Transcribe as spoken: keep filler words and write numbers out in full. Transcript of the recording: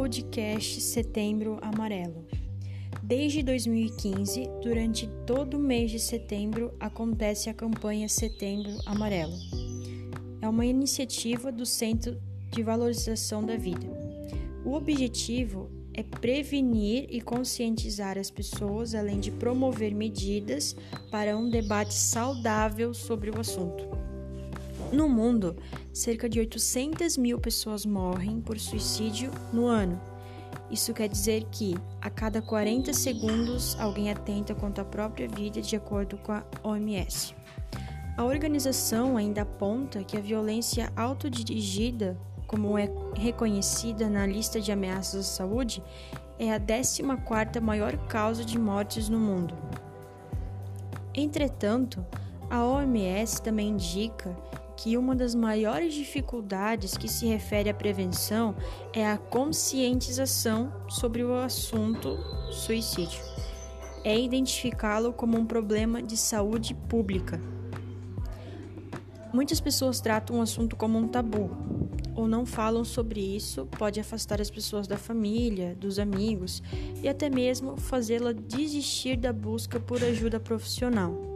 podcast Setembro Amarelo. Desde dois mil e quinze, durante todo o mês de setembro, acontece a campanha Setembro Amarelo. É uma iniciativa do Centro de Valorização da Vida. O objetivo é prevenir e conscientizar as pessoas, além de promover medidas para um debate saudável sobre o assunto. No mundo, cerca de oitocentas mil pessoas morrem por suicídio no ano. Isso quer dizer que, a cada quarenta segundos, alguém atenta contra a própria vida, de acordo com a O M S. A organização ainda aponta que a violência autodirigida, como é reconhecida na lista de ameaças à saúde, é a décima quarta maior causa de mortes no mundo. Entretanto, a O M S também indica que uma das maiores dificuldades que se refere à prevenção é a conscientização sobre o assunto suicídio. É identificá-lo como um problema de saúde pública. Muitas pessoas tratam o assunto como um tabu, ou não falam sobre isso, pode afastar as pessoas da família, dos amigos e até mesmo fazê-la desistir da busca por ajuda profissional.